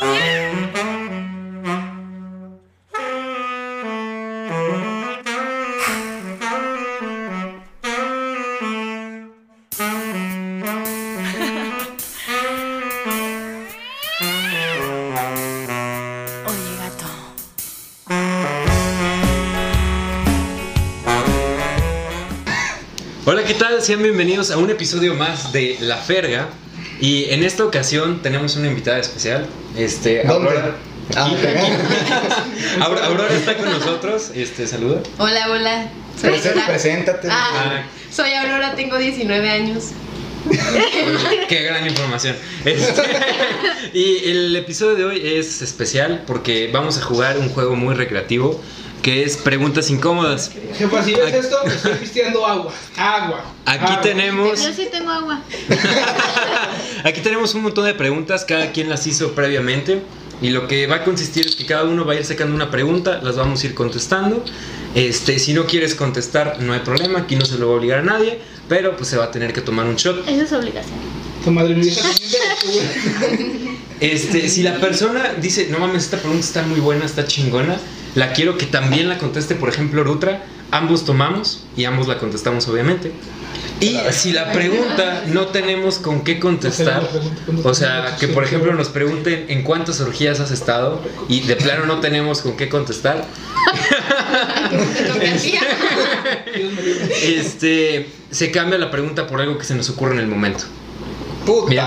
Hola, ¿qué tal? Sean bienvenidos a un episodio más de La Ferga. Y en esta ocasión tenemos una invitada especial. Aurora. Aurora está con nosotros. Saluda. Hola. Preséntate. Soy Aurora, tengo 19 años. Qué gran información. Y el episodio de hoy es especial porque vamos a jugar un juego muy recreativo que es preguntas incómodas. Jefa, si ves esto, estoy pisteando agua. Aquí tenemos. Yo sí tengo agua. Aquí tenemos un montón de preguntas, cada quien las hizo previamente. Y lo que va a consistir es que cada uno va a ir sacando una pregunta, las vamos a ir contestando. Si no quieres contestar, no hay problema, aquí no se lo va a obligar a nadie, pero pues se va a tener que tomar un shot. Eso es obligación. Tu madre me dice. Si la persona dice, no mames, esta pregunta está muy buena, está chingona, la quiero que también la conteste, por ejemplo, Rutra. Ambos tomamos y ambos la contestamos, obviamente. Y si la pregunta no tenemos con qué contestar, o sea, que por ejemplo nos pregunten en cuántas orgías has estado y de plano no tenemos con qué contestar, se cambia la pregunta por algo que se nos ocurre en el momento. Puta.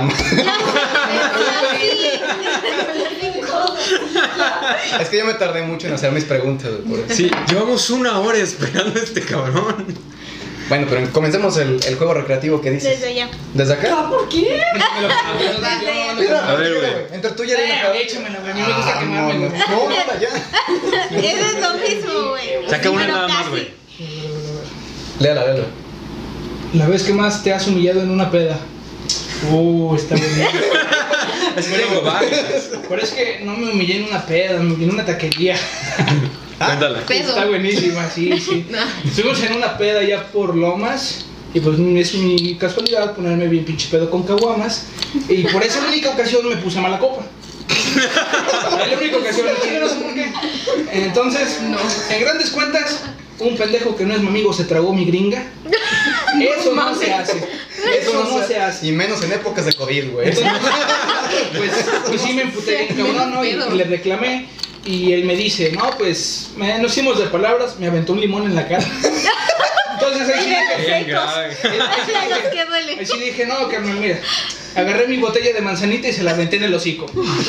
Es que yo me tardé mucho en hacer mis preguntas, güey. Sí, llevamos 1 hora esperando a este cabrón. Bueno, pero comencemos el juego recreativo que dices. Desde allá. ¿Desde acá? ¿Por qué? Mira, a ver, güey. Entre tú y Arena. Échamela, güey. A mí me gusta quemarme, güey. No, ya. Eso es lo mismo, güey. Saca una Bueno, nada más, casi. güey. Léala. La vez que más te has humillado en una peda. Está bien. Es que tengo varias. Pero es que no me humillé en una peda, me humillé en una taquería. Cuéntala. Peso. Está buenísima, sí. No. Estuvimos en una peda ya por Lomas. Y pues es mi casualidad ponerme bien pinche pedo con caguamas. Y por esa única ocasión me puse mala copa. Es la única ocasión, no sé por qué. Entonces, en grandes cuentas, un pendejo que no es mi amigo se tragó mi gringa. Eso no se hace. Eso no se hace. Y menos en épocas de COVID, güey. Entonces, pues sí me emputé bien cabrón, ¿no? Y le reclamé. Y él me dice, no, pues nos hicimos de palabras, me aventó un limón en la cara. Entonces ahí sí dije, Bien grave. ¿Qué duele? ahí sí dije, no, carnal, mira. Agarré mi botella de manzanita y se la aventé en el hocico.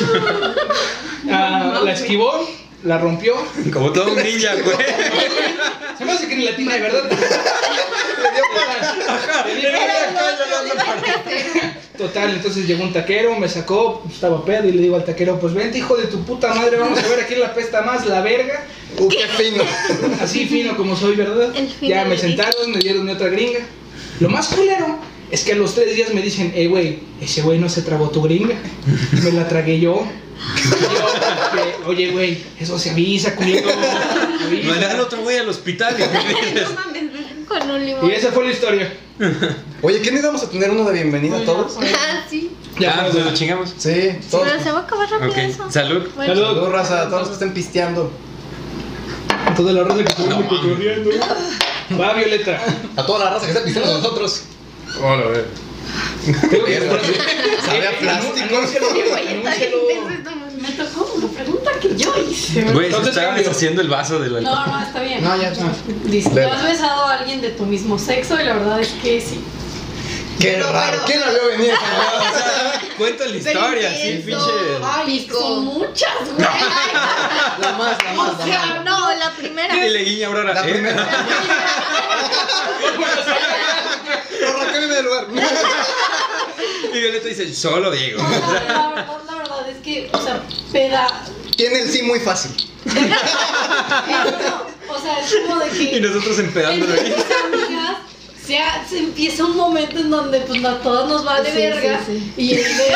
La esquivó, la rompió. Como todo un ninja, güey. Se me hace que ni la tiene, ¿verdad? Total, entonces llegó un taquero, me sacó, estaba pedo y le digo al taquero, pues vente hijo de tu puta madre, vamos a ver aquí la pesta más, la verga. Qué fino. Así fino como soy, ¿verdad? Ya me sentaron, me dieron mi otra gringa. Lo más culero es que a los 3 días me dicen, güey, ese güey no se tragó tu gringa. Me la tragué yo. Oye, güey, eso se avisa, culero. Mandan otro güey al hospital. No mames, con un limón. Y esa fue la historia. Oye, ¿qué no íbamos a tener uno de bienvenida a todos? Sí. Ya, pues lo chingamos. Sí, todos. Pero se va a acabar rápido Ok, eso. salud. Bueno. Saludos, raza, a todos los que estén pisteando. Toda la raza que estuvo cotorreando. Va, Violeta. A toda la raza que está pisteando de nosotros. Hola, güey. Sabe a plástico. Anúncialo. Me tocó una pregunta que yo hice. Güey, se Entonces, está cambio. deshaciendo el vaso del alcohol. No, está bien. No, ya. Dice, Leve. ¿te has besado a alguien de tu mismo sexo? Y la verdad es que sí. Qué raro. ¿Quién la vio venir? O sea, cuenta la historia, así, intenso. pinche. Ay, es que son muchas, güey. La más. O sea, No, la primera. Y le guiña a Aurora. La primera. Por Raquel en el lugar. Y Violeta dice, solo Diego. no, la verdad es que, o sea, peda. Tiene el sí muy fácil. No, o sea, es como de que. Y nosotros empedándolo entre ahí. mis amigas se empieza un momento en donde pues a todos nos vale Sí, verga. sí. Y el de.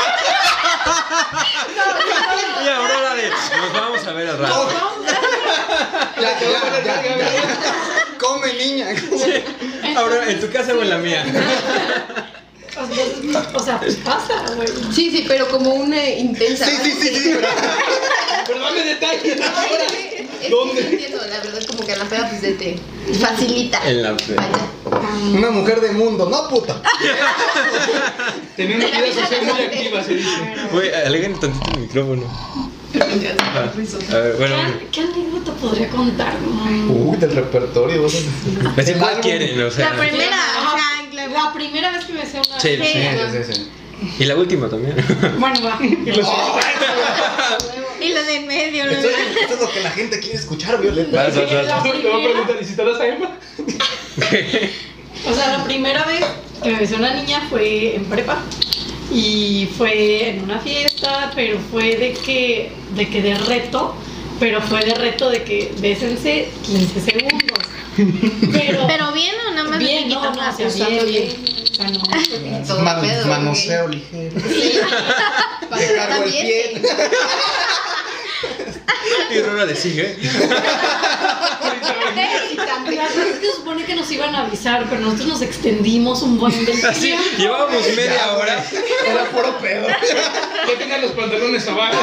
Y Aurora de, nos vamos a ver al rato. Ya. Come, niña. Aurora, ¿en tu casa o en la mía? O entonces, o sea, pues pasa, güey. Sí, pero como una intensa. Sí. Pero dame detalles. Ahora, Es ¿dónde? que entiendo, la verdad, como que la peda pues se te facilita. En la Vaya. Una mujer de mundo, no puta. Tenía una vida social muy activa, se dice. Güey, aleguen tantito el micrófono. A ver, bueno. ¿Qué anécdota podría contar? Uy, del repertorio. Así El cuál álbum. quieren, o sea. La primera, Ajá. o sea, La primera vez que me hacía una. Sí, Sí. Y la última también. Bueno, va. y lo de en medio, Esto es lo que la gente quiere escuchar, Violeta. Vas. Le voy a preguntar, ¿y si te das a Emma? O sea, la primera vez que me besó una niña fue en prepa. Y fue en una fiesta, pero fue de que de reto, pero fue de reto de que bésense 15 segundos. Pero bien o nada más de bien, piquito. no, o sea, Usando bien. bien. O sea, no. Todo pedo, Manoseo ligero. Sí. Para Te que cargo el también pie. Y Rora le sigue. La verdad es que se supone que nos iban a avisar, pero nosotros nos extendimos un buen del Así, tiempo. llevábamos media hora. Era puro pedo. Que tengan los pantalones abajo.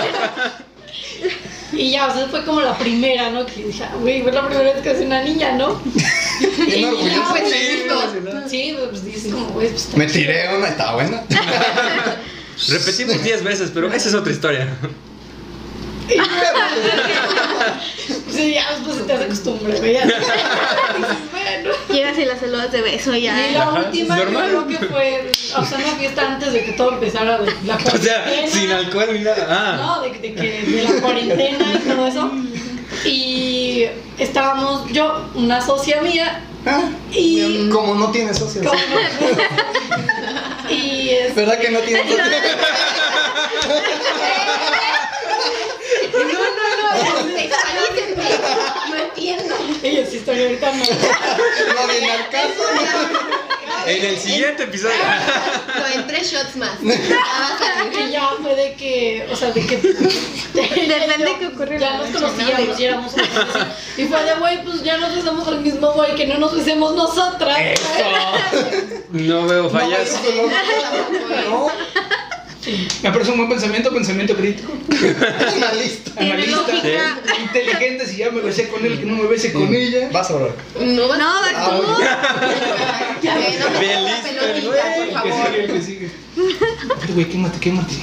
Y ya, o sea, fue como la primera, ¿no? Que dije, güey, fue la primera vez que hace una niña, ¿no? Bien Y orgulloso. ya, pues, güey, sí, pues dices como, güey, pues está Me chido. tiré una, estaba buena. Repetimos 10 veces, pero esa es otra historia. Sí, ya después se te hace costumbre, güey. Ya. Bueno. Llegas y las saludas de beso ya. Y la Ajá, última, yo normal. creo que fue, o sea, una fiesta antes de que todo empezara, de la O sea, cuarentena. sin alcohol ni nada. Ah. No, de la cuarentena y todo eso. Y estábamos yo, una socia mía, y. Como no tiene socios. ¿Cómo no? Y es. ¿Verdad que no tiene socios? Explíquenme. No entiendo. Ella sí estoy ahorita no. No viene al caso. En el siguiente episodio. No, en 3 shots más. Ya vas a Y ya fue de que, o sea, de que. Depende que ocurrió Ya la nos noche, conocíamos ¿no? y éramos amigos. Y fue de, güey, pues ya nos besamos al mismo güey, que no nos besemos nosotras. No veo fallas. No, Me parece un buen pensamiento crítico. analista. Tiene Analista. lógica. Inteligente, si ya me besé con él, que no me bese con ella. Vas a hablar. No vas No, Ah, tú. Ya ve, no Bien me listo, pelotita, güey. por El que favor. sigue, el que sigue. Güey, quémate.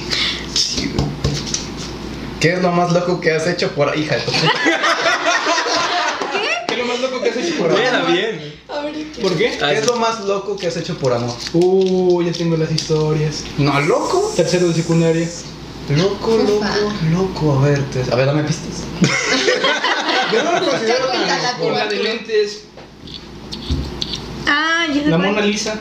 ¿Qué es lo más loco que has hecho por hija de tu puta? ¿Qué es lo más loco que has hecho por Léela amor? bien. A ver, ¿Por qué? ¿Qué es lo más loco que has hecho por amor? Ya tengo las historias. No, loco. Tercero de secundaria. Loco. A ver, dame pistas. Yo no lo considero tan Cuéntala, loco. Con la de lentes. Ah, ya sé La cuál. Mona Lisa.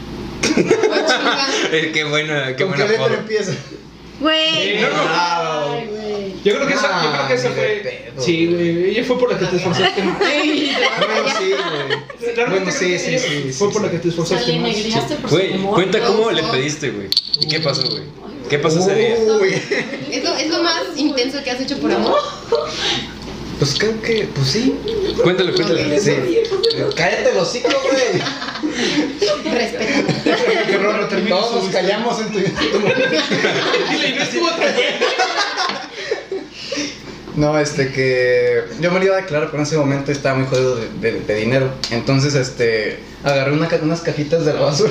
Qué buena, qué ¿Con buena qué letra foto. empieza? Güey. ay, güey. Yo creo que esa ni de fue. pedo, Sí, güey. Ella fue por la que te esforzaste más. Bueno, sí, güey. Realmente Bueno, creo sí, que sí, ella sí, Fue sí, por la sí. que te esforzaste Sale más. negriaste por su Güey, amor. cuenta cómo Ojo. le pediste, güey. ¿Y qué pasó, güey? ¿Qué pasó ese día? Uy. ¿Es lo más intenso que has hecho por amor? Pues creo que, pues sí. Cuéntale. Sí. Cállate el hocico, güey. Respeta. Que Rorro termine Todos su nos historia. callamos en tu. Y la Inés estuvo tan buena. No, que yo me lo iba a declarar, pero en ese momento estaba muy jodido de dinero. Entonces, agarré unas cajitas de la basura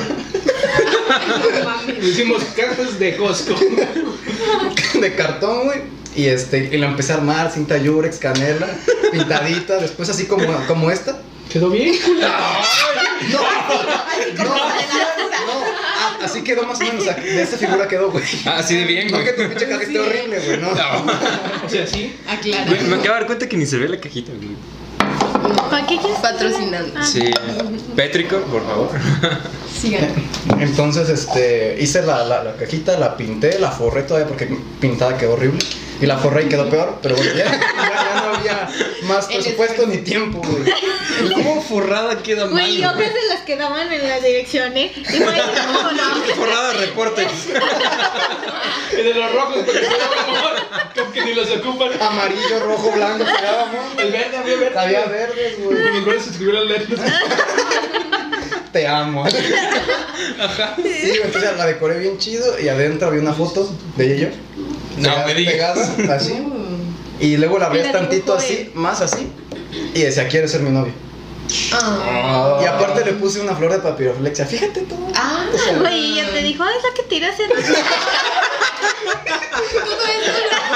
Le hicimos cajas de Costco. de cartón, güey. Y la empecé a armar, cinta yurex, canela, pintadita, después así como esta. ¿Quedó bien? No, así quedó más o menos, o sea, de esta figura quedó, güey. Ah, así de bien, No güey. que tu pinche caja esté horrible, güey, no. O sea, sí. Aclara. Güey, me acabo de dar cuenta que ni se ve la cajita, güey. ¿Para qué quieres? Patrocinando. Ah. Sí. Pétrico, por favor. Sigan. Entonces, hice la cajita, la pinté, la forré todavía porque pintada quedó horrible. Y la forré y quedó peor, pero bueno, ya no había más presupuesto ni tiempo, güey. ¿Cómo forrada queda mal? Güey, hojas de las que daban en las direcciones. Y güey, no, no. Forrada reporte. Y de los rojos, porque como que ni los ocupan. Amarillo, rojo, blanco, pegábamos. El verde, había verde. Había verdes, güey. Con los verdes se escribió las letras. te amo. Ajá. Sí, güey, entonces la decoré bien chido y adentro había una foto de ella y yo. No, me digas. Pegada, así. Y luego la abrías Y la tantito dibujó así, él. más así. Y decía, ¿quieres ser mi novia? Ah. Y aparte le puse una flor de papiroflexia. Fíjate todo. Ah. Güey, y ella te dijo, es la que tiras en Todo eso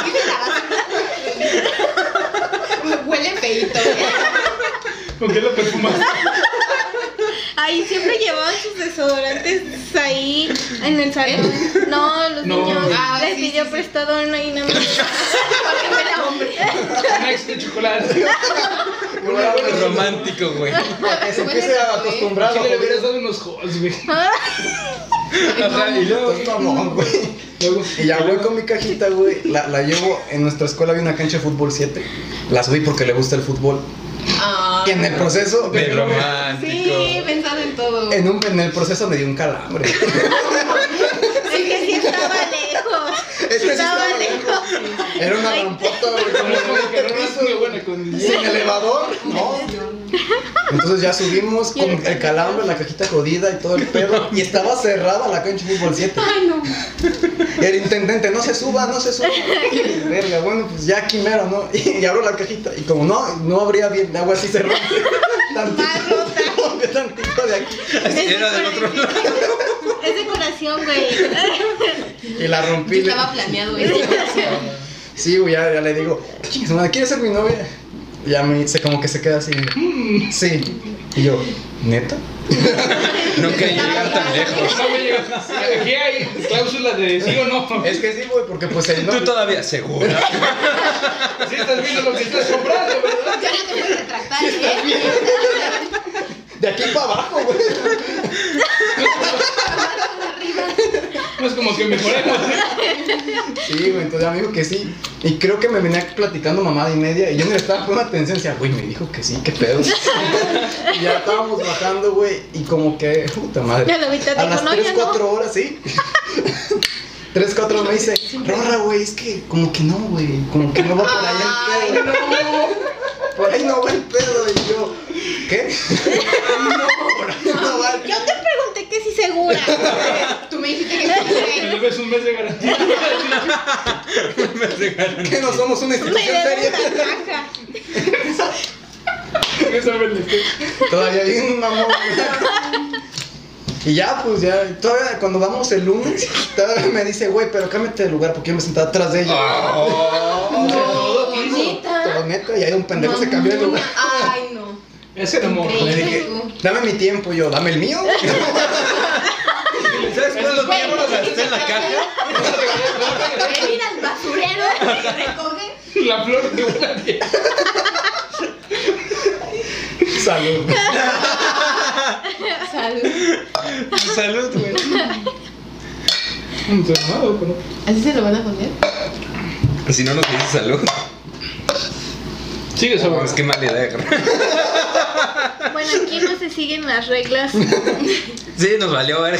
lo huele feito. ¿Con qué lo perfumaste? Ahí siempre llevaban sus desodorantes ahí en el salón. No, los No. niños Ah, les sí, pidió sí, sí. prestado una y nada más. Porque huele a hombre. Un ex de chocolate. Es romántico, güey. Para que se empiece a acostumbrar. Si le hubieras dado unos holes, güey. Ajá, y luego. Entonces, mamón, güey. Luego. Y ya voy con mi cajita, güey. La llevo. En nuestra escuela había una cancha de fútbol 7. La subí porque le gusta el fútbol. Ah. Y en el proceso. De romántico. Sí, pensando en todo. En el proceso me dio un calambre. Es que sí estaba lejos. Es que sí Estaba estaba lejos. Era una rampota, güey. No es como que no Como es muy buena condición. sin elevador, no. Entonces ya subimos con el calambre, la cajita jodida y todo el pedo. Y estaba cerrada la cancha de fútbol 7. Ay, no. Y el intendente, no se suba, no se suba. Verga, bueno, pues ya aquí mero, ¿no? Y abro la cajita. Y como no abría bien, agua así se rompe. Tantito, rompe tantito de aquí. Era del otro lado. Es decoración, güey. Y la rompí. Estaba planeado eso. Sí, güey, ya le digo, chingas, madre, ¿quieres ser mi novia? Y ya me dice, como que se queda así. Sí. Y yo, ¿neta? No quería llegar tan lejos. No, güey, aquí hay cláusula de sí o no. Es que sí, güey, porque pues el Tú novio. todavía seguro. Si estás viendo lo que estás comprando, ¿verdad? Ya no te puedes retractar, ¿eh? De aquí para abajo, güey. No es como que mejoremos. Sí, güey, entonces ya me dijo que sí. Y creo que me venía platicando mamada y media. Y yo no le estaba poniendo atención. Decía, güey, me dijo que sí, qué pedo. Y ya estábamos bajando, güey. Y como que, puta madre. Ya la mitad A dijo, las no, 3, ya 4 horas, sí. 3, 4 me dice, Rorra, güey, es que como que no, güey. Como que no va por ahí el pedo. Por ahí no va el pedo. Y yo, ¿qué? Por ahí no va el pedo. Yo te pregunté que si segura. Tú me dijiste que Y sí. le ves un mes de garantía. Que no somos una Me institución debe seria. una caja. ¿Qué saben de qué? Todavía bien mamón. Y ya, pues ya, todavía cuando vamos el lunes, todavía me dice, güey, pero cámbiate de lugar porque yo me sentaba atrás de ella. No, neta. Todo neta, y ahí un pendejo se cambió de lugar. Ay, no. Ese era amor. Le dije, dame mi tiempo, y yo, dame el mío. ¿Sabes cuánto tiempo gasté en la caja? Él ir al basurero que recoge. La flor de una vieja. Salud. Salud. Salud, güey. Entonado, pero. ¿Así se lo van a poner? Si no nos dices salud. Sigue sobre. Es que mala idea, carnal. Bueno, aquí no se siguen las reglas. Sí, nos valió ver. Sí.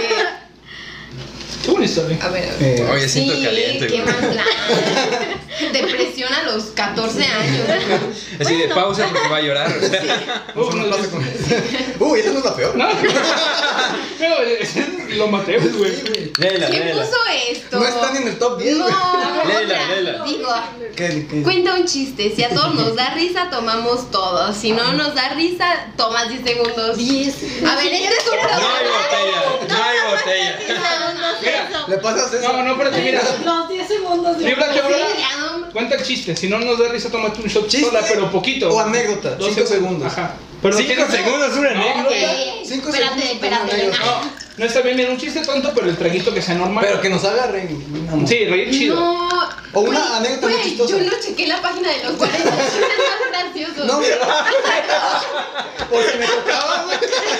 Qué buena historia. A ver. Oye, siento Sí, caliente, qué güey. mal plan. Depresión a los 14 años. Así de pausa porque va a llorar. O sea. No, pasa con- Uy, esa no es la peor. no. Pero lo maté, güey. Léela, ¿Quién léela. puso esto? No está ni en el top 10, güey. No, Léela, otra. léela. Digo, ¿Qué? cuenta un chiste. Si a todos nos da risa, tomamos todos. Si no nos da risa, tomas 10 segundos. 10. A ver, este es un No programa. hay botella, no hay botella. Mira. ¿Le pasas eso? No, espérate, mira. Los 10 segundos de... Líbrate ahora. Sí, ya no. Cuenta el chiste. Si no nos da risa, tómate un shot ¿Chiste? sola, pero poquito. O anécdota, 12 5 segundos. Ajá. Pero 5 tienes- segundos, una No, anécdota. Cinco Espérate, segundos, espérate. no, No está bien, mira, un chiste tonto, pero el traguito que sea normal. Pero que nos agarren. amor. Sí, reír chido. No. O una Güey, anécdota muy güey, chistosa. Yo no chequé la página de los 40 chistes más graciosos. No, pero. Porque me tocaba, güey.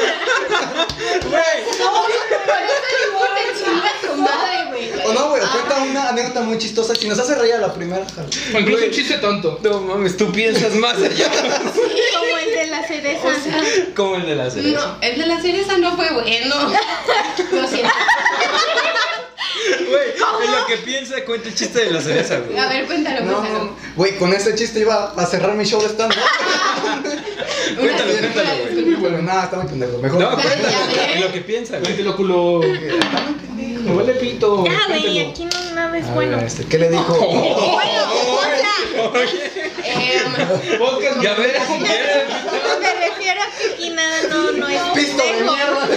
Por eso te chinga tu madre, güey. O no, güey, o cuenta una anécdota muy chistosa. Si nos hace reír a la primera, jalo. O incluso un chiste tonto. No mames, tú piensas más allá. Como el de la cereza. Como el de la cereza. No, el de la cereza no fue bueno. Lo siento. Güey, en lo que piensa, cuenta el chiste de la cereza, güey. A ver, cuéntalo, No, cuéntalo. no. Güey, con ese chiste iba a cerrar mi show de stand-up. Cuéntalo, Una cuéntalo, disculpa, güey. disculpa. Bueno, nada, está muy pendejo. Mejor. No, Ya, cuéntalo. ya, En lo que piensa, güey. Cuéntelo, culo. Me huele pito. Ah, güey, Cuéntelo. aquí no nada es A bueno. ver, ¿qué le dijo? Bueno, o sea, Podcast, Ya ves, si quieres. me refiero a que aquí nada no es Pisto de pendejo. mierda.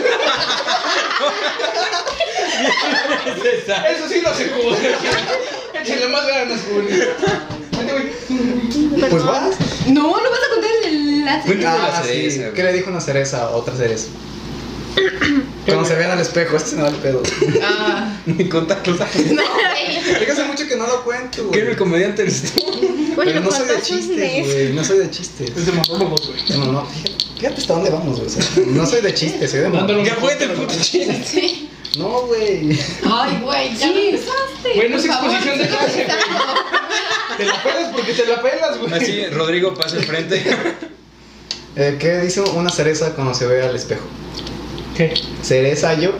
Eso sí lo hace culo. Échale más ganas, culo. Vente, güey. Pues vas. No, no vas a contar el la Cuéntame. Ah, la cereza, sí. güey. ¿Qué le dijo una cereza a otra cereza? Cuando se vean al espejo, este se me da el pedo. Ah. Ni contarlo. Fíjate mucho que no lo cuento, ¿Qué güey. era el comediante eres tú? Bueno, Pero no soy de cuando sos chistes, güey. No soy de chistes. Es de monólogos, güey. No, fíjate hasta dónde vamos, güey. O sea, no soy de chistes, soy de Dándolo. Ya cuenta el puto chiste. Sí. No, güey. Ay, güey, ya lo empezaste. Güey, no es Por favor, exposición de sigue clase, güey. empezando. Te la pelas porque te la pelas, güey. Así, Rodrigo pasa enfrente. ¿Qué dice una cereza cuando se ve al espejo? ¿Qué? Cereza yo.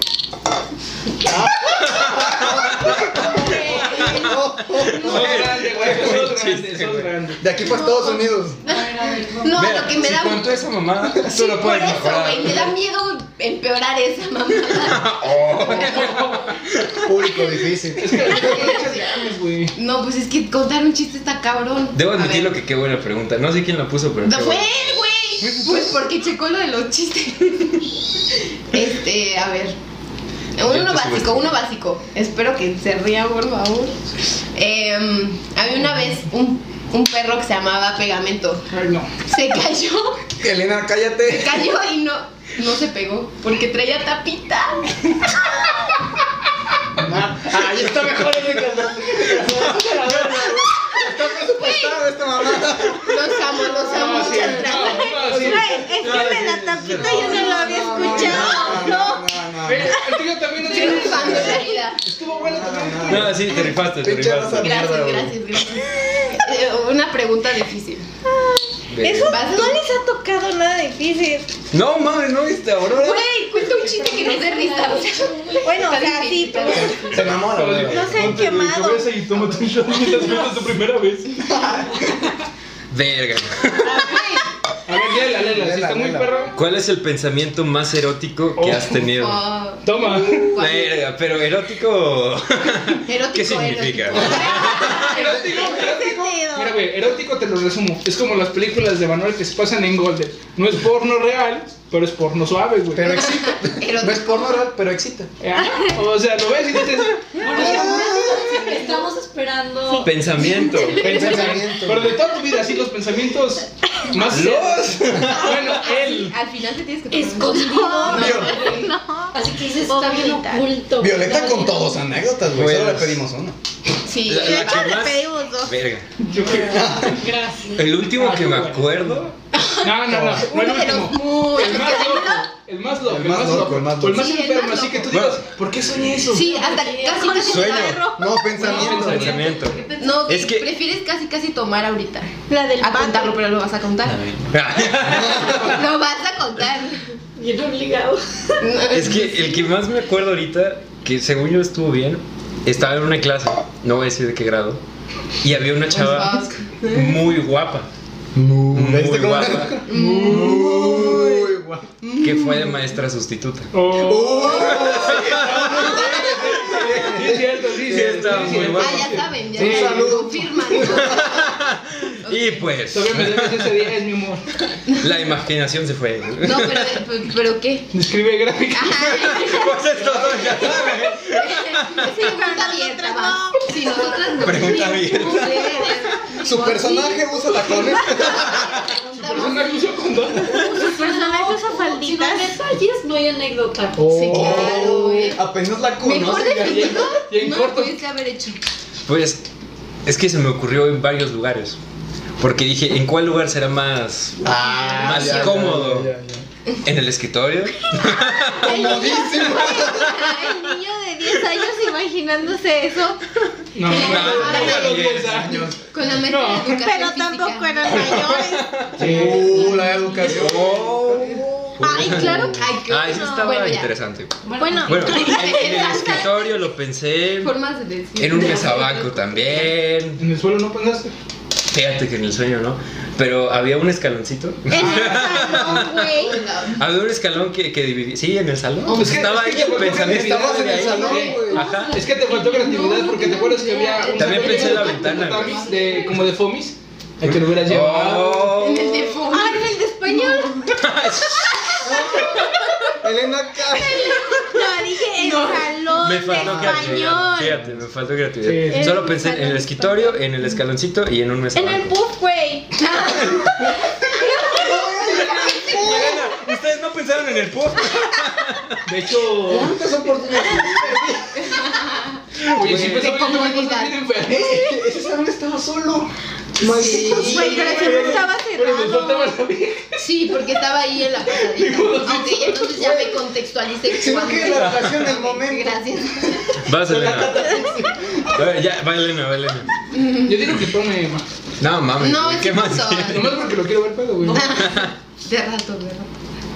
Sos grande, güey. Sos grande, Chiste, sos güey. grande. De aquí para Estados Unidos. No, Mira, lo que me si da. contó esa mamada, tú Sí, lo por puedes eso, mejorar. güey, me da miedo empeorar esa mamada. Público difícil. Es que le llames, güey. No, pues es que contar un chiste está cabrón. Debo A admitir ver. lo que qué buena pregunta. No sé quién la puso, pero. No qué fue bueno. él, güey. Pues porque checó lo de los chistes. A ver. Uno básico. Espero que se ría, por favor. Había una vez un perro que se llamaba Pegamento. Ay, no. Se cayó. Elena, Se cállate. cayó y no se pegó. Porque traía tapita. Ahí está mejor ese que está presupuestado esta mamada. Los amo, No, sí, muchas gracias. no, sí. Es que de la tapita yo no lo había escuchado. No. El tuyo también no Soy un tiene fan de la vida. Estuvo bueno también. No, sí, te rifaste, te Pinche rifaste. raza. Mierda, Gracias, güey. gracias. Una pregunta difícil. Eso Vas no tú. les ha tocado nada difícil. No, mames, no viste, Aurora. Güey, cuenta un chiste que nos dé risa. Bueno, o sea, sí, pero Se enamora, güey. no se han quemado. Cabeza y tómate un shot mientras cuentas tu primera vez. Verga. A ver, léela, si está muy Léela. perro. ¿Cuál es el pensamiento más erótico que has tenido? Oh, Toma. Verga, pero erótico. erótico, ¿Qué significa? Erótico. sentido? Mira, güey, erótico te lo resumo. Es como las películas de Manuel que se pasan en Golden. No es porno real, pero es porno suave, güey. Pero excita. No es porno real, pero excita. O sea, lo ves y dices. Estamos esperando. Pensamiento. Pensamiento. Pero de toda tu vida, así los pensamientos más. Bueno, él. Al final te tienes que tomar Escondido. No. Así que dices, está bien oculto. Violeta con todos anécdotas, güey. Solo le pedimos una. Sí. La De hecho, que le más- pedimos dos. Verga. Gracias. El último que me bueno. acuerdo. No el Uno de los último. muy. El más loco. El más loco. El más loco, el más O el más loco. Sí, el enfermo. más Así que tú loco. digas, ¿por qué soñé eso? Sí, hasta casi Sueño. No, pensamiento. Pensamiento. No, Es que- prefieres casi tomar ahorita. La del A contarlo, pato. pero lo vas a contar. Lo vas a contar. Bien obligado. Es que el que más me acuerdo ahorita, que según yo estuvo bien, estaba en una clase, no voy a decir de qué grado, y había una chava Fuck. muy guapa, Muy muy guapa, Muy guapa. que fue de maestra sustituta. Oh. Sí, es cierto, sí, Sí, está muy cierto. bueno. Ah, ya saben, ya Un saben, saludo. confirman. Y pues, Todavía me debes ese día, es mi humor. la imaginación se fue. No, pero ¿qué? Describe gráfica. Pues esto ya saben. Pregunta abierta, va. Si nosotras no. Pregunta abierta. Su personaje usa tacones. Personaje uso condón. Sus personajes usa Si no hay falditas. detalles, no hay anécdota. Sí, claro, güey. Apenas la Mejor conoce. definido, y en no lo corto. pudiste haber hecho. Pues es que se me ocurrió en varios lugares. Porque dije, ¿en cuál lugar será más Más cómodo. en el escritorio? Comodísimo. El niño de 10 años imaginándose eso. No, No, a los 10 10 años. Con la mente No. de educación Pero tampoco física. eran mayores. La educación. Ay, claro. Ay, qué Ah, eso estaba Bueno, ya. interesante. Bueno, Bueno, en el escritorio lo pensé. Formas de decir. En un mesabanco también. ¿En el suelo no pensaste? Fíjate que en el sueño no. Pero había un escaloncito. en el salón, güey. Había un escalón que dividía. Sí, en el salón. Oh, Pues es que- estaba es que ahí el te- pensamiento. estabas en de el ahí. salón, güey. Ajá. Es que te faltó creatividad porque te acuerdas que había un También salón pensé en la de ventana, güey. tamis de, como de fomis. A que lo hubieras llevado. Oh. En el de fondo. Ah, en el de español. Elena cae. No, dije el salón Me de faltó creatividad. español. Fíjate, me faltó creatividad. Sí. Solo pensé en el escritorio, en el escaloncito y en un En mesabanco. el puff, güey. Elena, ¿ustedes no pensaron en el puff? De hecho, ¿Cuántas oportunidades? oye, si pensaba que te comodidad. cosas bien enfermas. Ese salón estaba solo. Maldito. Güey, pero siempre estaba Pero me faltaba cerrado. la vieja. Sí, porque estaba ahí en la pasadita. Ok, entonces ya me contextualicé. Sino cuando- que la ocasión, el momento. Gracias. Vas, Elena. A ver, ya, va Elena, va Elena. Yo digo que tome más. No mames, No, güey, es ¿qué más? justo. quieres? Nomás porque lo quiero ver pedo, güey. De rato, de rato.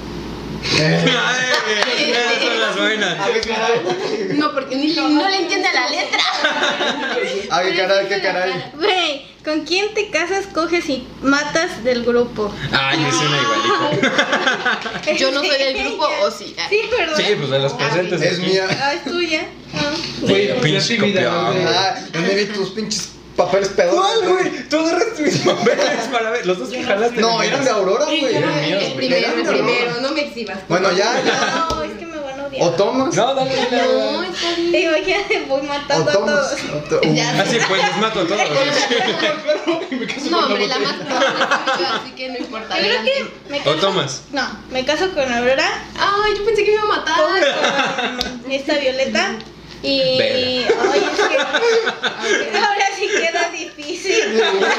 Ay, esas son las buenas. A ver, caray. No, porque no le entiende la letra. A ver, caray, qué caray. Güey, ¿con quién te casas, coges y matas del grupo? Ay, es una igualita. Yo no soy del grupo, ¿o sí? Sí, perdón. Sí, pues de los presentes. Es aquí. mía. Ah, es tuya. Ah. Güey, Pinche creatividad, copión. güey. Ah, ¿dónde vi tus pinches papeles pedos? ¿Cuál, güey? Tú agarraste mis papeles para ver. Los dos que jalaste. No, eran de Aurora, güey. Eran míos, El güey. primero, no me exhibas. Bueno, ya. No, es que me van a O odiar. tomas. No, dale, No, dale. está bien. Digo, ya voy O matando a tomas. todos. Ya. Así pues, los mato a todos. No, hombre, la más así que no importa. Yo creo Adelante. que me O caso. tomas. No, me caso con Aurora, Ay, yo pensé que me iba a matar. con esta Violeta. Y. Vela. Ay, es que. Ahora sí queda difícil.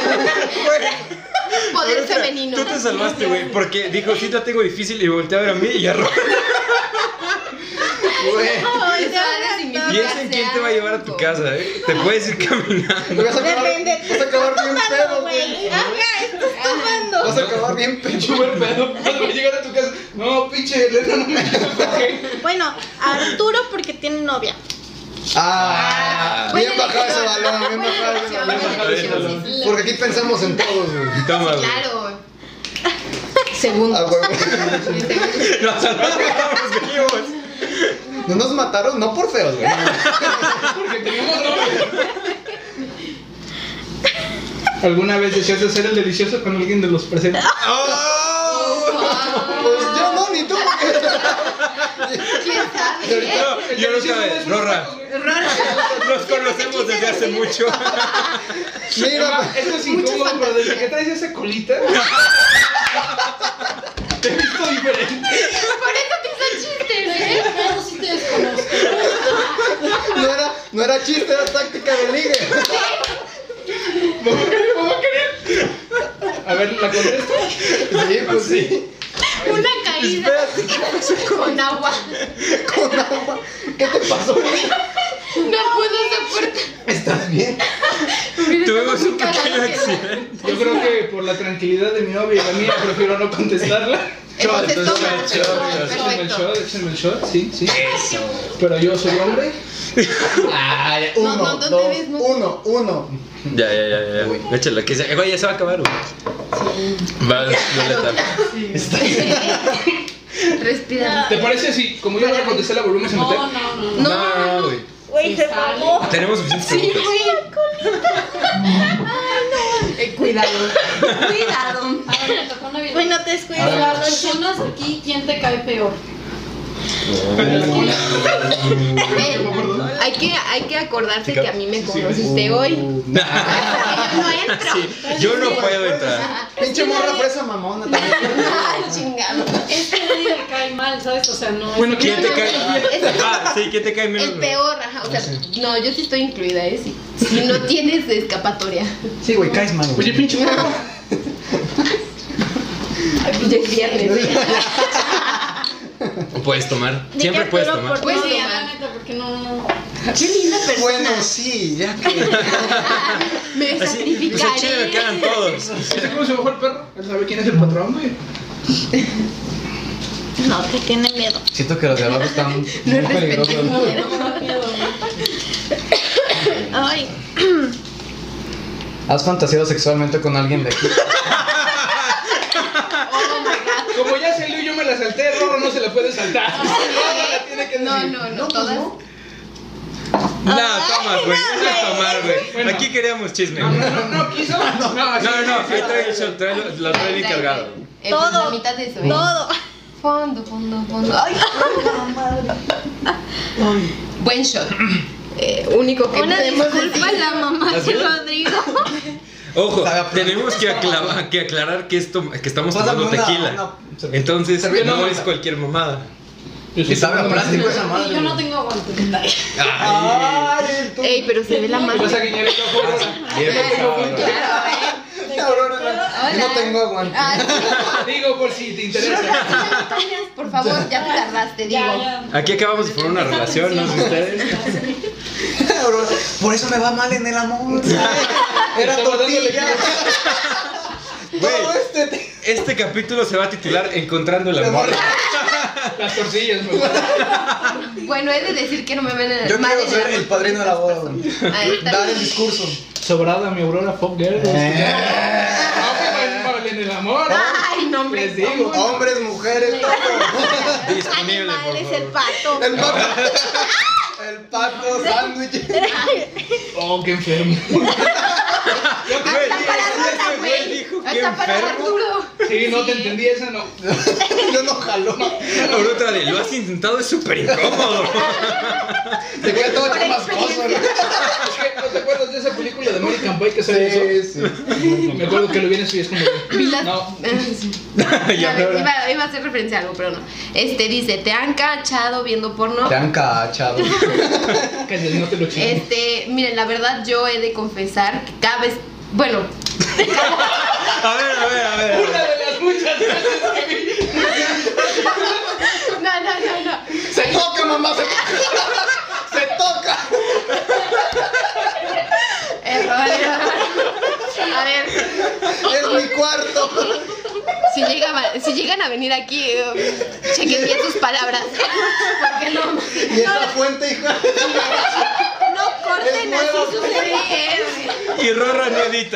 Poder femenino. Tú te salvaste, güey, porque dijo, sí, la tengo difícil y volteé a ver a mí y arroja. Güey. Ay, Eso de ha de verdad. significar- Piensa en quién te va a llevar a tu casa, Te puedes ir caminando. Vas a acabar, Depende. vas a acabar bien Estás pedo, tomando, güey. güey. Ajá, estás Vas tomando. a acabar bien pedo. Súper pedo. Cuando voy a llegar a tu casa. No, pinche Elena, no me quiero coger. Bueno, Arturo porque tiene novia. Ah, Bueno, bien bajado ese balón, bien bajado ese Buena balón. elección, sí. Porque aquí pensamos en todos, güey. Toma, güey. Claro. Segundo. Ah, güey. Los salvamos, estamos vivos. No nos mataron, no por feos, güey. Porque teníamos novia. ¿Alguna vez deseas hacer el delicioso con alguien de los presentes? Pues yo no, ni tú. ¿Quién sabe? No, yo no sabes, Rorra. Nos conocemos desde hace mucho. Mira, Esto es incómodo, pero desde que traes esa colita. Te he visto diferente. Por eso te hizo chistes, ¿eh? Pero sí te desconozco. no era chiste, era táctica de ligue. ¿Cómo va a querer? A ver, ¿la contesto? Sí, pues sí. Una caída con agua. Con agua. ¿Qué te pasó? No puedo soportar. ¿Estás bien? Tuvimos un Cara pequeño de- accidente. Yo creo que por la tranquilidad de mi novia y la mía prefiero no contestarla. Entonces Entonces, toma. shot, Échenme el Perfecto. shot, échenme el shot, sí, sí. Eso. Pero yo soy hombre. Ay, No, uno, no te dos, ves, no. uno. Ya. Échale, que se. Güey, ya se va a acabar, güey. Va, Violeta. Respira. ¿Te parece si, como yo no la contesté, la volvemos a meter? No. No, güey. Güey, se mamó. Tenemos suficientes Sí, preguntas. güey. Cuidado. Cuidado. A ver, me tocó una vida. Bueno, te De descuido. las personas aquí, ¿quién te cae peor? Hay que acordarse que a mí me conociste hoy. No entro. Sí, yo no puedo entrar. Pinche morra fresa mamona también. Ay, chingado. Es que nadie le cae mal, ¿sabes? O sea, no es. Bueno, ¿Quién te No, cae? es- Ah, sí, ¿quién te cae menos? El peor, ajá. O sea, no, yo sí estoy incluida, ¿eh? Si no tienes escapatoria. Sí, güey, caes mal, Oye, pinche morro. Ya es viernes. Puedes tomar. Di Siempre que puedes Arturo tomar. Pues Pues sí, sí, la neta, porque no. Qué linda persona. Bueno, sí, ya que. Me Así, pues al chile me sacrificaré. quedan todos. ¿Viste cómo se bajó el perro? Él sabe quién es el patrón, güey. No, te tiene miedo. Siento que los de abajo están No es muy peligrosos. No, no me da miedo. Ay, ¿Has fantaseado sexualmente con alguien de aquí? Como ya salió y yo me la salté, Rorro no se la puede saltar. Rorro la tiene que decir. No, todas. No, toma, güey. Eso es tomar, güey. Bueno. Aquí queríamos chisme. No quiso. No, así. No, ahí trae el shot, lo trae bien cargado. Todo. Todo. La mitad de eso. todo. Fondo. Ay, buen shot. Único que Una podemos disculpa a decir. la mamá de ¿Así? Rodrigo. Ojo, Sabe a tenemos que aclarar que estamos Pásame tomando una- tequila. una- Entonces, Servilleta no manda. es cualquier mamada. Yo Y sabe a plástico esa Y madre. yo no tengo aguante. Ay, Ay, tú. Ey, pero se ve la ¿Te mano. vas a guiñar el ojo, Rorro? bien pensado, ¿no? Claro, Aurora, yo no tengo aguante. Digo por si te interesa. Por favor, ya te tardaste, digo. Ya. Aquí acabamos de formar una relación, ¿no? Ustedes. Aurora, por eso me va mal en el amor. Era Estaba dándole tortilla. Todo Güey, este capítulo se va a titular Encontrando el amor. Las tortillas, me Bueno, he de decir que no me ven en Yo mal quiero en ser amor el padrino de la boda, güey. Ahí está. Dar el discurso. Sobrada mi Aurora Fuck Girl. No, que mal en el amor. Ay, no, hombre. Les digo. Hombres, mujeres, todo. Disponible, por Animales, el favor. pato. El pato. El pato sándwich. Oh, qué enfermo. Hasta para Rorra, ese güey güey. dijo que Hasta para enfermo. Arturo. Sí, no te entendí esa, no. Yo no jaló. Por otra de, lo has intentado, es súper incómodo. Te queda todo Por hecho más cosas. experiencia. ¿No te acuerdas de esa película de American Pie que sale eso? Sí, sí. Me acuerdo que lo vi en eso y es como. Vi las- No. Y ahora- Iba a hacer referencia a algo, pero no. Dice, ¿te han cachado viendo porno? Te han cachado. Cállate, no te lo chingo. Miren, la verdad yo he de confesar que cada vez, bueno, A ver. Una de las muchas veces que vi. no. Se toca, mamá, se toca. Se toca. Error. A ver, Es mi cuarto. si llegan a venir aquí, chequen bien sus palabras. Porque no. Y esa fuente, hija. No corten Es así nuevo. sus Y Rorra no edita.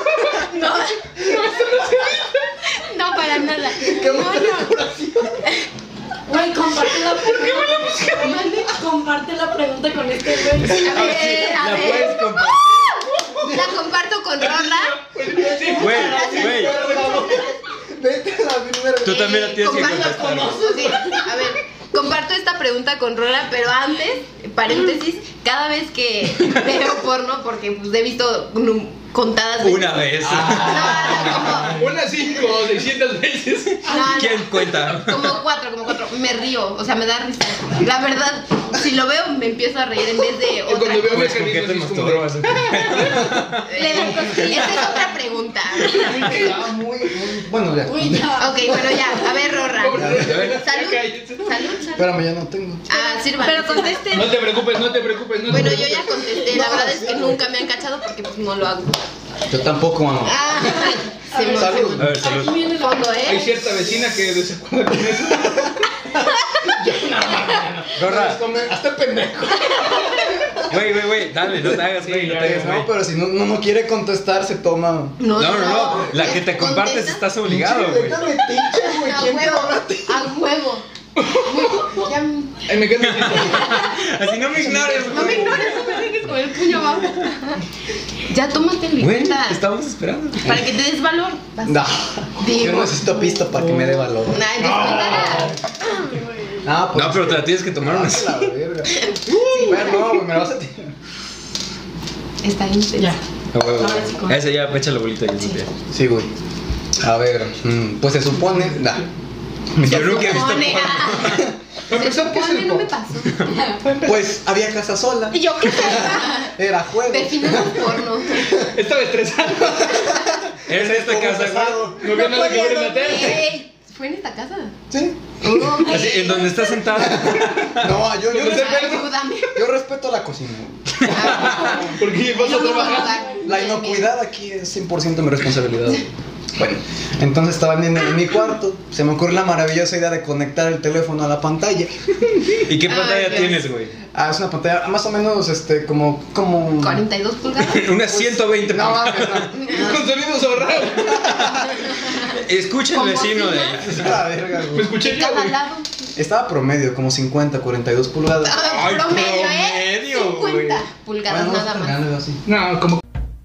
No, para nada. Qué buena decoración. Güey, comparte la pregunta. Comparte la pregunta con este güey. A ver, La puedes compartir. la comparto con Rorra. Güey. Vete a la primera. Tú también la tienes que Comparto contestar. Sí, a ver, comparto esta pregunta con Rora, pero antes, paréntesis, cada vez que veo porno, porque pues he visto contadas veces. Una vez. No, Unas 5 o 600 veces. no, ¿Quién cuenta? como cuatro. Me río, o sea, me da risa. La verdad, si lo veo, me empiezo a reír en vez de Y otra. cuando veo Pues, ¿con qué te mecanismos es como masturbas? Le da cosquillas. Esa es otra pregunta. Estaba muy. Bueno, ya. Uy, ya. Ok, bueno, ya. A ver, Rorra. Salud. Cállate. Salud. Espérame, ya no tengo. Ah, sirva. Pero contesten. No te preocupes. Bueno, yo ya contesté. La verdad es que nunca me han cachado porque pues no lo hago. Yo tampoco, mamá. Ah, se me Salud. A ver, salud. Aquí viene la fondo, Hay ¿eh? cierta vecina que desacuerda con eso. Rorra, Hasta pendejo. güey, dale, no te hagas, güey, no te hagas, No, güey. pero si no quiere contestar, se toma. No. La que te compartes ¿Contestas? estás obligado, güey. Déjame, pinche, güey. A ¿Quién te huevo. habla a ti? A huevo. Ya, Ay, me quedo Así no me ignores, no me ignores, no me dejes con el puño abajo. Ya tómate el Güey, cuenta. te estamos esperando. Para que te des valor. Vas. No. Digo. Yo necesito pista para que me dé valor. Nah, descontará. Ah, No, pero te la tienes que tomar una. La verga. Bueno, no, güey, me la vas a tirar. Está intenso. Ya. A huevo. Ahora sí, con- Ese ya, echa la bolita y ya. Sí, güey. A ver, pues se supone. Yo nunca he visto Pone, porno. Se Empezar, ¿qué es el supone, no me porno? pasó. Pues había casa sola. Y yo qué sé. Era juego. Definamos porno. Estaba estresado. ¿Eres de esta casa, güey? No había nada que ver en la tele. Ey, ¿fue en esta casa? Sí. Así, en donde estás sentada. No, yo Ayúdame. yo respeto la cocina. Porque vas a No, trabajar. La inocuidad aquí es 100% mi responsabilidad. Bueno, entonces estaban en mi cuarto. Se me ocurrió la maravillosa idea de conectar el teléfono a la pantalla. ¿Y qué pantalla Dios. tienes, güey? Es una pantalla más o menos como 42 pulgadas. Unas 120. No mames, no. Con sonidos ahorrados. Escucha el Como vecino si de no. allá. Es la verga, Me güey. escuché De yo, cada güey. lado. Estaba promedio, como 50, 42 pulgadas. Ay, Promedio, promedio, 50 güey. pulgadas Bueno, nada tan más. grande, así. No, como.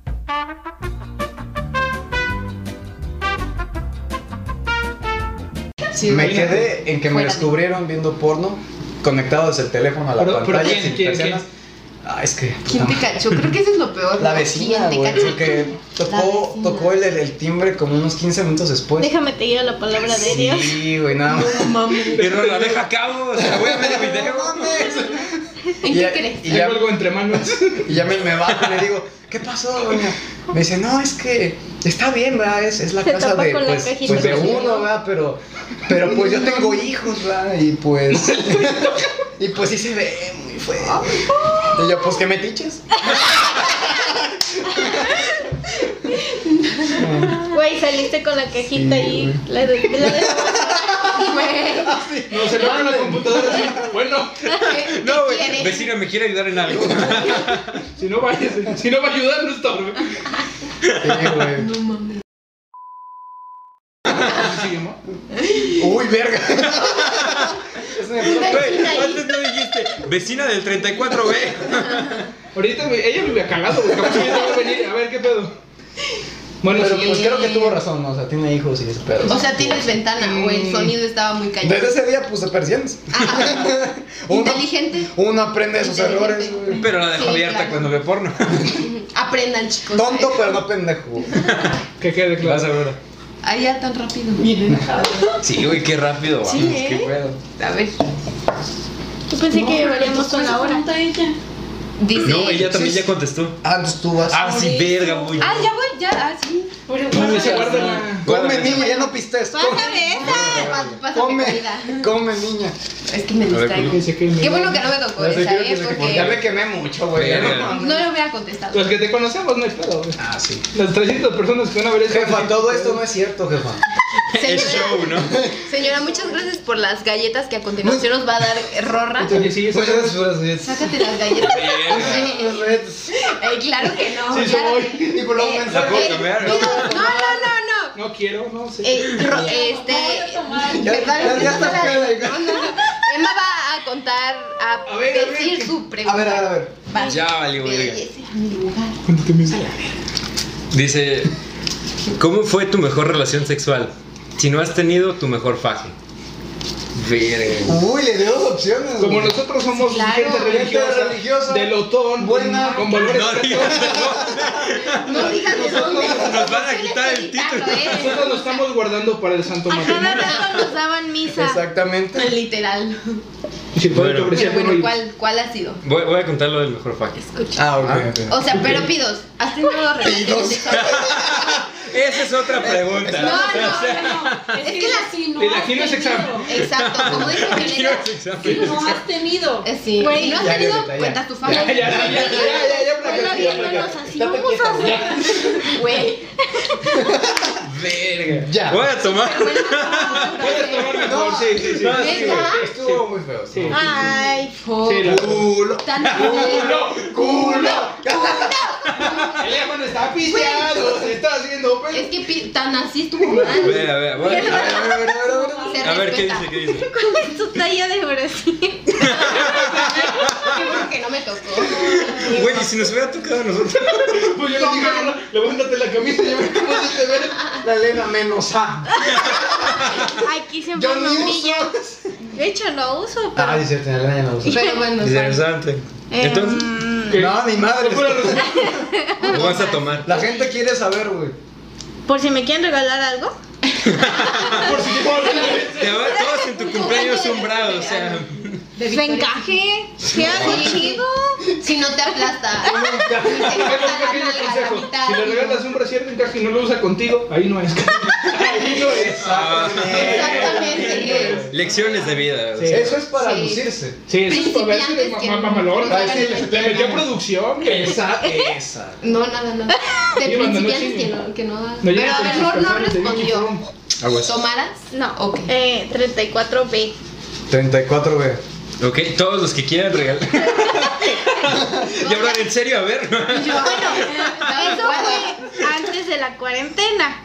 Sí, Me güey. quedé en que me Fuera de- descubrieron viendo porno conectado desde el teléfono a la Pero pantalla ¿quién? sin ¿Quién? persianas. Es que ¿Quién te cachó? Creo que eso es lo peor. la ¿no? vecina, ¿Quién te güey, cachó? porque vecina. tocó el timbre como unos 15 minutos después. Déjame te digo la palabra de Dios. Sí, güey, nada más. Pero la deja a cabo, o sea, voy a medio video. ¿En Y qué ya- crees? y Tengo ya, algo entre manos. y ya me bajo y le digo, ¿qué pasó, doña? Me dice, no, es que está bien, ¿verdad? Es la Se casa tapa de, con la pues, cajita pues de de uno, ¿verdad? Pero pues yo tengo hijos, ¿verdad? Y pues sí se ve muy feo. Y yo, pues que me tiches. Güey, saliste con la cajita Sí, y la de Güey. No, se lo en la computadora así. Bueno, ¿Qué No, güey, quieres? vecina, ¿me quiere ayudar en algo? si no vayas, si no va a ayudar, no estorbe. Sí, güey. No mames. ¿Sí se llamó? Uy, verga. Es una- Güey, antes no dijiste, vecina del 34B. Ahorita ella me había cagado, güey. Capaz que ya te va a venir. A ver, ¿qué pedo? Bueno, Pero sí. pues creo que tuvo razón, ¿no? O sea, tiene hijos y ese pedo. O sea, tienes ventana o el sonido estaba muy callado. Desde ese día puse persianas. Uno, Inteligente. uno aprende de sus Inteligente. errores, güey. Pero la dejo Sí, abierta claro. cuando ve porno. Aprendan, chicos. Tonto, pero no pendejo. Que quede Vas claro. a ver. Allá tan rápido. Sí, güey, qué rápido vamos, Sí, ¿eh? qué pedo. A ver. Yo pensé que llevaríamos una hora. Ella. Dice. No, ella también sí, ya contestó. Antes tú vas. Ah, sí, verga, güey. Ah, ya voy, ya, sí. Pero No, se guarda la. Come, niña, ya no pistes. Pásame esa. Pásame Come, comida. come, niña. Es que me ver, distraigo. Que se queme. Qué bueno que no me tocó esa, Ya me porque quemé mucho, güey. Verga. No mames. no le hubiera contestado. Los que te conocemos no hay pedo, güey. Ah, sí. Las 300 personas que van a ver esto. Jefa, todo esto no es cierto, jefa. Es show, ¿no? Señora, muchas gracias por las galletas que a continuación nos va a dar Rorra. Entonces, sí, eso Muchas gracias. Sácate las galletas. Verga. Claro que no. Sí, claro soy. que- Y por luego Eh, mensaje. ¿La puedo cambiar? no, no. No quiero, no sé. ¿Verdad? Ya está peda, hija. No. Emma va a contar, A ver, a ver, decir ¿qué? su pregunta. A ver. Va. Ya valió, verga. Belleza, mi lugar. Cuéntate mi Dice, ¿cómo fue tu mejor relación sexual? Si no has tenido, tu mejor faje. Verga. Uy, le dio dos opciones. Como güey. nosotros somos Claro. gente religiosa, de lotón, buena, con valores No digas No digan de dónde. Nos van a Suele quitar el ser título. Italo, nosotros nos estamos guardando para el santo A cada matrimonio. rato nos daban misa. Exactamente. Literal. Y si puede Bueno. ofrecer, Pero bueno, bueno, ¿cuál ha sido? Voy a contar lo del mejor faje. Escucha. Ah, ok. O sea, pero pidos, ¿has tenido relaciones Pidos. sexuales? Esa es otra pregunta. No, O sea, No, es que que la- si no el has aquí no es examen. tenido. Exacto, como dice quiero Milena. ese examen. Si no has tenido. Sí, Güey, si no has ya, tenido, Violeta, ya. cuentas tu ya, familia. Hola, viéndonos así. Vamos a hacer. Güey. Verga. Ya. Voy a tomar. puedes tomar mejor, sí, sí, sí. No, ¿Neta? sí, güey. Estuvo muy feo. Sí. Ay, Sí, la- Culo. Tan Culo. El hermano está pisteado, se está haciendo pelo. Es que tan así estuvo mal. A ver, a ver. Se A ver, ¿qué respeta. dice? ¿Qué dice? ¿cuál es tu talla de Brasil? Qué bueno que no me tocó. Güey, ¿y si nos hubiera tocado a nosotros? Pues yo le dije, no, levántate la camisa y ya me cómo se te ve. La Elena menos A. Aquí siempre Yo me ni humillan. uso. De hecho, lo uso, pero. Ah, dice, la Elena ya no usa. Pero bueno, Interesante. Entonces, No, ni madre. ¿lo vas a tomar? La gente quiere saber, güey. por si me quieren regalar algo. Por si Te va todos en tu cumpleaños sombrado, o sea. Su encaje. ¿Qué algo chido? Si no te aplasta. Si te Es corta un la pequeño nalga a la consejo. mitad. Si le regalas un brasier de encaje y no lo usa contigo, ahí no es. Ahí no es. Exactamente. Lecciones de vida. Sí. Eso es para Sí. lucirse. Sí, eso es para ver si Principiantes que mamalón. no Le saben metió producción. Esa. No, nada. De Sí, mandando principiantes chile. que no da. No Pero llega a con ver, sus no calzones de respondió. Vicky Aguas. ¿Tomaras? No. Ok. 34B. 34B. Ok, todos los que quieran regalar. Y ahora, en serio, a ver. Bueno, eso fue antes de la cuarentena.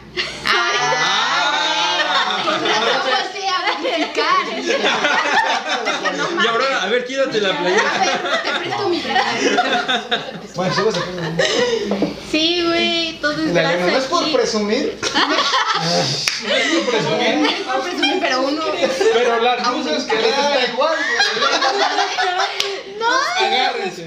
Y ahora, a ver, quítate la playera. Te presto mi playera. Bueno, súbase. Sí, güey, todo es La lengua no es grasa por aquí. presumir. No es por presumir, No presumir, pero uno. pero las luces que Está dan, igual, agárrense.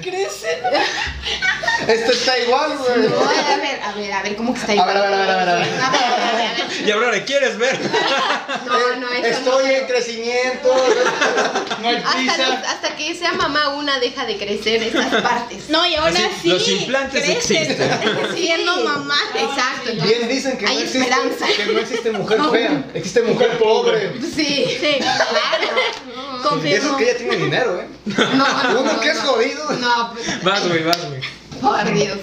Esto está igual, güey. No, a ver, ¿cómo que está igual? A ver. Y ahora, ¿quieres ver? No, eso Estoy no. en crecimiento. No hay prisa. Hasta que sea mamá una deja de crecer estas partes. No, y ahora Así, sí. los implantes crecen. existen. Siendo mamá. Exacto. entonces, Bien dicen que hay no existe, esperanza. que no existe mujer fea, existe mujer pobre. Sí, Sí. claro. Y Confirmo. eso que ella tiene dinero, ¿eh? No, Uno que es jodido. No, pues, Vas, güey, vas, güey. por Dios.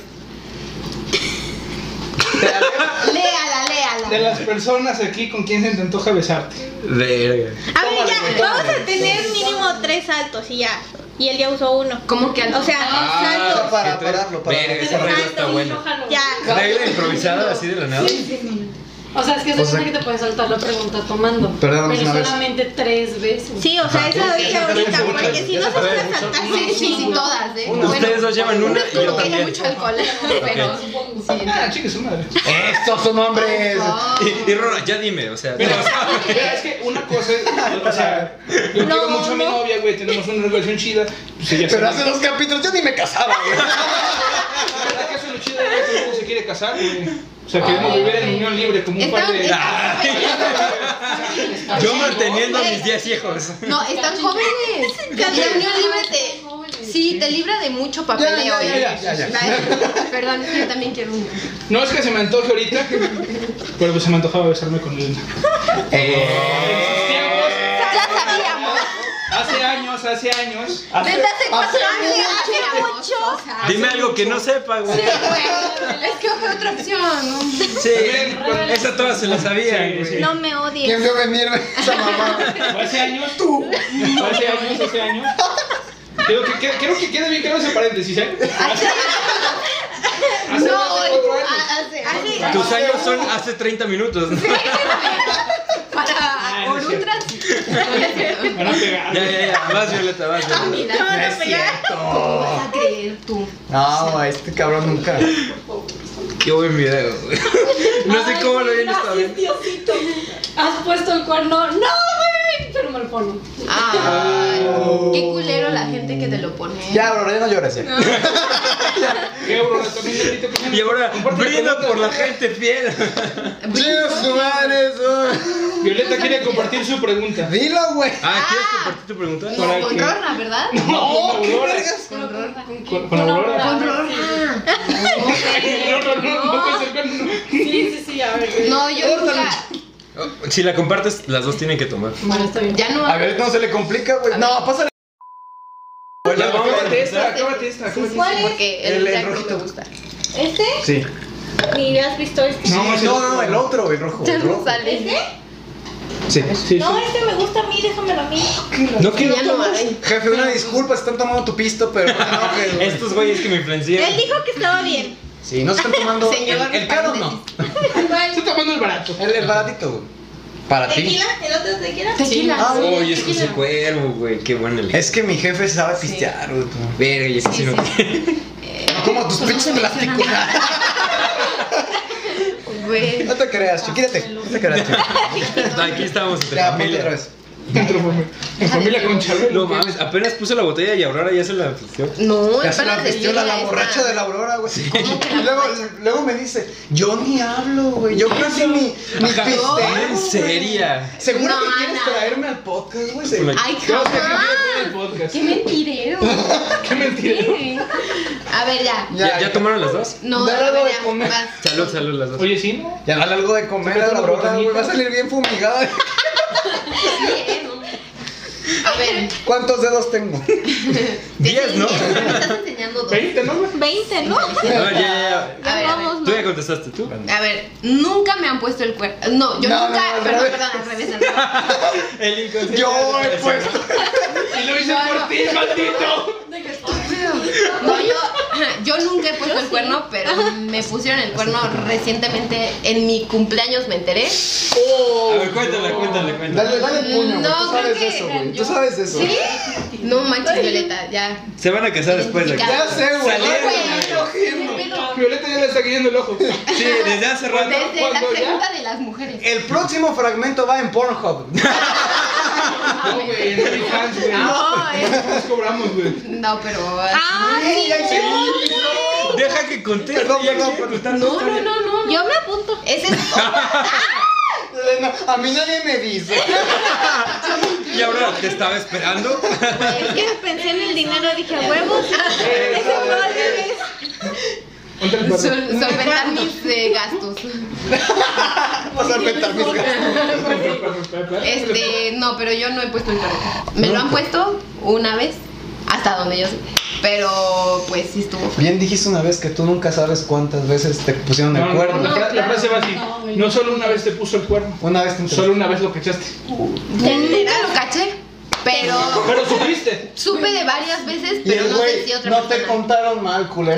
De Léala. las personas aquí con quien se te antoja besarte. Verga. A ver, Tómale, ya, güey, vamos tómale. a tener mínimo 3 saltos y ya. Y él ya usó uno. ¿Cómo que alto? O sea, saltos. Para pararlo, para Verga, esa regla está Exacto. buena. Ya. Regla improvisada así de la nada. O sea, es que se O sea- supone que te puedes saltar la pregunta tomando. Perdóname, pero una vez. solamente 3 veces. Sí, o sea, eso lo dije ahorita, muchas, porque si ya no se se puede puede mucho. saltar. Sí, todas, ¿eh? Ustedes dos llevan una y yo Como que hay también. mucho alcohol, pero sí. Ah, chique su madre. Estos son hombres. Y Rora, ya dime, o sea. Mira, es que una cosa es, o sea, yo quiero mucho a mi novia, güey, tenemos una relación chida. Pues ella Pero se- hace 2 capítulos yo ni me casaba, güey. ¿Verdad que eso es lo chido? Ella tampoco se quiere casar, güey. O sea, queremos vivir en unión libre como un par de... Yo manteniendo a mis 10 hijos. No, están jóvenes. La unión libre te libra de mucho papeleo. Ya. Perdón, es que yo también quiero unión. No es que se me antoje ahorita, pero pues se me antojaba besarme con él. En sus tiempos, Ya sabíamos. hace años. Desde hace 4 años. Hace mucho. Dime algo que no sepa, güey. Sí, güey. Es que fue otra opción. Sí, esa todas se la sabían, güey. No me ¿Quién odies. vio venirme esa mamá? Hace años, tú. Hace años. Quiero que quede bien claro ese paréntesis, ¿eh? Hace No, 4 años. hace Tus años son hace 30 minutos, ¿no? para no es Orutras. Van a pegar. Ya. Vas, Violeta, vas, Ah, Violeta. mira. No, no, ya. ¿Cómo vas a creer tú? No, este cabrón nunca. Qué buen video, güey. No sé cómo lo vienes a ver. Diosito. Has puesto el cuerno. No, güey. Pero me lo pone. Ay, qué culero la gente que te lo pone. Ya, bro, ya no llores ya. ¿Qué, bro? También ahorita cogen- Y ahora comparte la brinda pregunta. por la gente fiel. Chinga su madre eso. Violeta quiere compartir su pregunta. Dilo, güey. Ah, ¿quieres compartir tu pregunta? No, ¿Para con qué? Rorra, ¿verdad? No, ¿qué Aurora. vergas? Con Rorra. Con Aurora. Con Rorra. No puede ser con... Sí, a ver. No, yo nunca. Si la compartes, las dos tienen que tomar. Bueno, está bien. Ya no. A ver, ¿cómo se le complica, güey? No, pásale. Ya vamos a Acábate esta, empezar. acábate esta. ¿Cuál es? Porque el El blanco rojito. me gusta. ¿Este? Sí. Ni has visto este. No, ese No, el otro, el rojo. Ya El no rojo. sale. ¿Este? Sí. Sí, No, sí. este me gusta a mí, déjamelo a mí. No quiero Ya no tomar. hay. Jefe, una disculpa, están tomando tu pisto, pero no te enojes, güey. Estos güeyes que me influenciaron. Él dijo que estaba bien. Sí, no se están tomando. Señor, El caro no. Estoy tomando el barato. El baratito, güey. Para ti. ¿Tequila? ¿El otro es tequila? Tequila. Ah, sí, Oye, es que tequila. ese cuervo, güey. Qué buena elección. Es que mi jefe sabe pistear, güey. Verga, y es que Sí, si no. sí. No como tus Pues no pinches se plásticos. menciona Güey. No te creas, chiquítate. No te creas, chiquítate. Aquí estamos entre Ya, ponte familia. otra vez. En familia con Chabelo. No mames, apenas puse la botella y Aurora ya se la pisteó. No, Ya se la espérate, vistió la esta. borracha de la Aurora, güey. ¿Cómo que la Y luego, borracha? luego me dice, yo ni hablo, güey. Yo casi ni Ajá, pisteo. en seria. ¿Seguro No, que quieres Ana. traerme al podcast, güey? Ay, Creo que jamás. el podcast. Qué mentirero. Qué mentira. A ver, ya. ¿Ya tomaron las dos? No, Dale a algo ver, de ya. comer. Vas. Salud, salud las dos. Oye, sí, ¿no? Ya dale algo de comer a la Aurora, güey. Va a salir bien fumigada. Sí, ¿no? A ver. ¿Cuántos dedos tengo? 10, ¿no? Me estás enseñando dos. 20, ¿no? 20, ¿no? A ver, ya. A ver, a ver. Vamos, Tú ya contestaste, ¿tú? A ver, nunca me han puesto el cuerno. No, yo No, nunca. no, al Perdón, revés. perdón, al revés, al revés. El inconsciente. Yo he puesto. Y lo hice No, por no. ti, maldito. No, yo nunca he puesto el cuerno, pero me pusieron el cuerno recientemente. En mi cumpleaños me enteré. A ver, cuéntale. Dale puño, güey. No, Tú sabes creo de que eso, güey. yo- Tú sabes de eso. ¿Sí? No manches, Violeta, ya. Se van a casar después de aquí. Ya sé, güey. Salieron, Güey, ¿qué pedo? Violeta ya le está cayendo el ojo. Sí, desde hace rato. Desde la ¿Cuándo ya? pregunta de las mujeres. El próximo fragmento va en Pornhub. No, güey, en OnlyFans, güey. No, Nos cobramos, güey. No, pero. Ah, sí. Deja que conteste. Perdón, ya perdón, quiere perdón. contar su No, historia. no. Yo me apunto. Ese es. No, a mí nadie me dice. Y ahora te estaba esperando. Es que pensé en el dinero, dije, huevos. Ese fue al revés. Ponte el perro. Solventar mis gastos. Vas a inventar mis gastos. No, pero yo no he puesto el cuerno. Me lo han puesto una vez, hasta donde yo sé. Pero pues sí estuvo feo. Bien dijiste una vez que tú nunca sabes cuántas veces te pusieron el No, cuerno. la frase va así. No, güey. No solo una vez te puso el cuerno. Una vez te enteré. Solo una vez lo cachaste. Nunca lo caché, pero Pero supiste. supe de varias veces, Y pero el no sé güey, si otra no te persona. contaron mal, culero.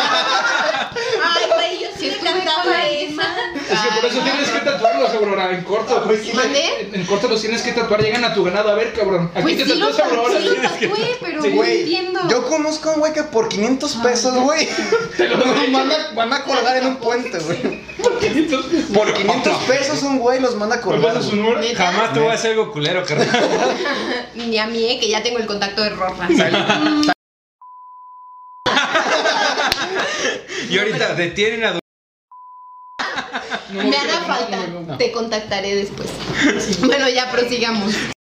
Ay, güey, yo sí Si le estuve cantaba con esa. Es que por eso tienes que tatuarlos, Aurora, en corto. ¿Mandé? En corto los tienes que tatuar, llegan a tu ganado. A ver, cabrón. Aquí Pues te sí lo tatúas, Aurora. tatué, pero Sí, no Güey, entiendo. yo conozco a un güey que por 500 pesos, güey, los van a colgar en un puente, güey. Por 500 pesos un güey los manda a ¿Me colgar. pasas su número? ¿Neta? Jamás te voy a hacer algo culero, carnal. Ni a mí, que ya tengo el contacto de Roja. Y ahorita detienen a. Me hará falta. Te contactaré después. Bueno, ya prosigamos.